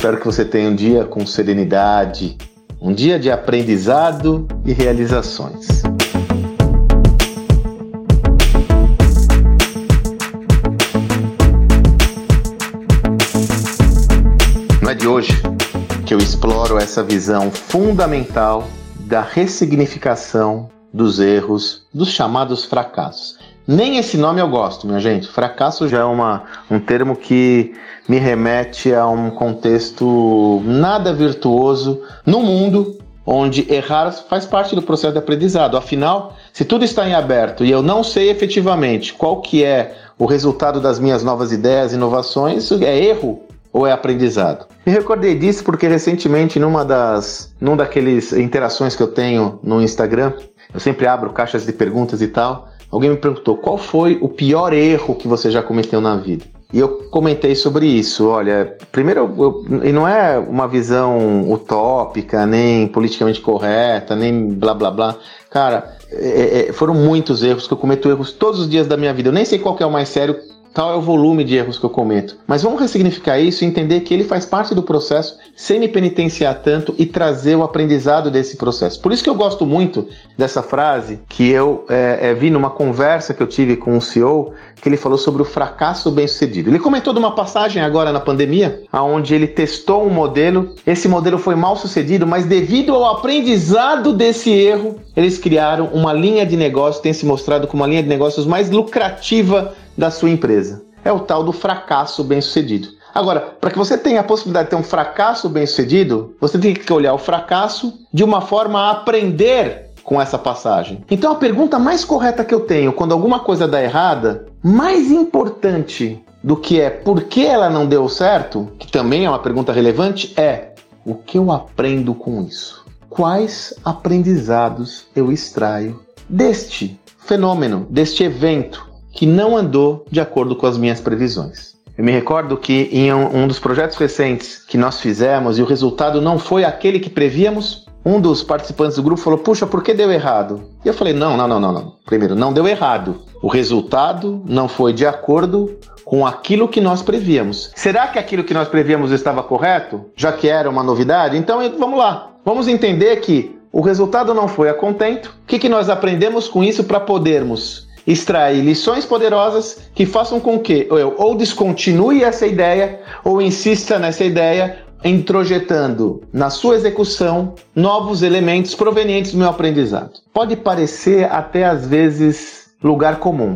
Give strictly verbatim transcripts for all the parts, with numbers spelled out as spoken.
Espero que você tenha um dia com serenidade, um dia de aprendizado e realizações. Não é de hoje que eu exploro essa visão fundamental da ressignificação dos erros, dos chamados fracassos. Nem esse nome eu gosto, minha gente. Fracasso já é uma, um termo que me remete a um contexto nada virtuoso no mundo onde errar faz parte do processo de aprendizado. Afinal, se tudo está em aberto e eu não sei efetivamente qual que é o resultado das minhas novas ideias, inovações, é erro ou é aprendizado? Me recordei disso porque recentemente, numa das num daqueles interações que eu tenho no Instagram, eu sempre abro caixas de perguntas e tal, alguém me perguntou qual foi o pior erro que você já cometeu na vida. E eu comentei sobre isso. Olha, primeiro, eu, eu, e não é uma visão utópica, nem politicamente correta, nem blá blá blá. Cara, é, é, foram muitos erros que eu cometo erros todos os dias da minha vida. Eu nem sei qual que é o mais sério, tal é o volume de erros que eu cometo. Mas vamos ressignificar isso e entender que ele faz parte do processo sem me penitenciar tanto e trazer o aprendizado desse processo. Por isso que eu gosto muito dessa frase que eu é, é, vi numa conversa que eu tive com um C E O, que ele falou sobre o fracasso bem-sucedido. Ele comentou de uma passagem agora na pandemia, onde ele testou um modelo, esse modelo foi mal sucedido, mas devido ao aprendizado desse erro, eles criaram uma linha de negócio, tem se mostrado como uma linha de negócios mais lucrativa da sua empresa. É o tal do fracasso bem-sucedido. Agora, para que você tenha a possibilidade de ter um fracasso bem-sucedido, você tem que olhar o fracasso de uma forma a aprender com essa passagem. Então a pergunta mais correta que eu tenho quando alguma coisa dá errada, mais importante do que é por que ela não deu certo, que também é uma pergunta relevante, é o que eu aprendo com isso? Quais aprendizados eu extraio deste fenômeno, deste evento que não andou de acordo com as minhas previsões? Eu me recordo que em um, um dos projetos recentes que nós fizemos e o resultado não foi aquele que prevíamos, um dos participantes do grupo falou, puxa, por que deu errado? E eu falei, não, não, não, não, não. Primeiro, não deu errado. O resultado não foi de acordo com aquilo que nós prevíamos. Será que aquilo que nós prevíamos estava correto? Já que era uma novidade? Então, vamos lá. Vamos entender que o resultado não foi a contento. O que, que nós aprendemos com isso para podermos extrair lições poderosas que façam com que eu ou descontinue essa ideia ou insista nessa ideia, introjetando na sua execução novos elementos provenientes do meu aprendizado. Pode parecer até às vezes lugar comum,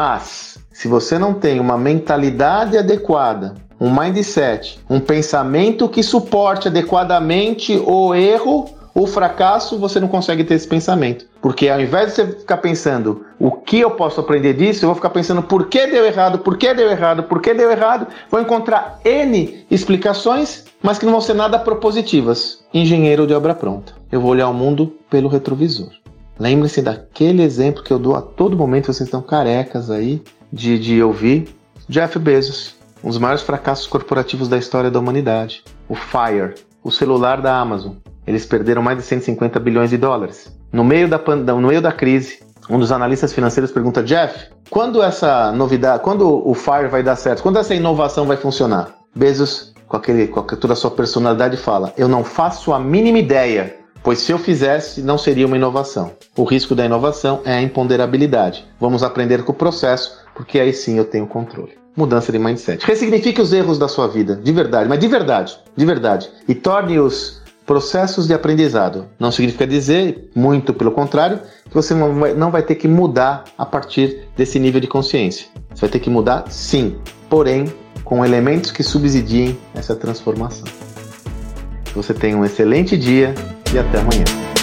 mas se você não tem uma mentalidade adequada, um mindset, um pensamento que suporte adequadamente o erro, o fracasso, você não consegue ter esse pensamento. Porque ao invés de você ficar pensando o que eu posso aprender disso, eu vou ficar pensando por que deu errado, por que deu errado, por que deu errado. Vou encontrar N explicações, mas que não vão ser nada propositivas. Engenheiro de obra pronta. Eu vou olhar o mundo pelo retrovisor. Lembre-se daquele exemplo que eu dou a todo momento, vocês estão carecas aí de, de ouvir. Jeff Bezos, um dos maiores fracassos corporativos da história da humanidade. O Fire, o celular da Amazon. Eles perderam mais de cento e cinquenta bilhões de dólares. No meio da, no meio da crise, um dos analistas financeiros pergunta, Jeff, quando essa novidade, quando o Fire vai dar certo, quando essa inovação vai funcionar? Bezos, com, aquele, com toda a sua personalidade, fala, eu não faço a mínima ideia, pois se eu fizesse, não seria uma inovação. O risco da inovação é a imponderabilidade. Vamos aprender com o processo, porque aí sim eu tenho controle. Mudança de mindset. Ressignifique os erros da sua vida, de verdade, mas de verdade, de verdade. E torne-os processos de aprendizado. Não significa dizer, muito pelo contrário, que você não vai, não vai ter que mudar a partir desse nível de consciência. Você vai ter que mudar, sim, porém, com elementos que subsidiem essa transformação. Que você tenha um excelente dia e até amanhã.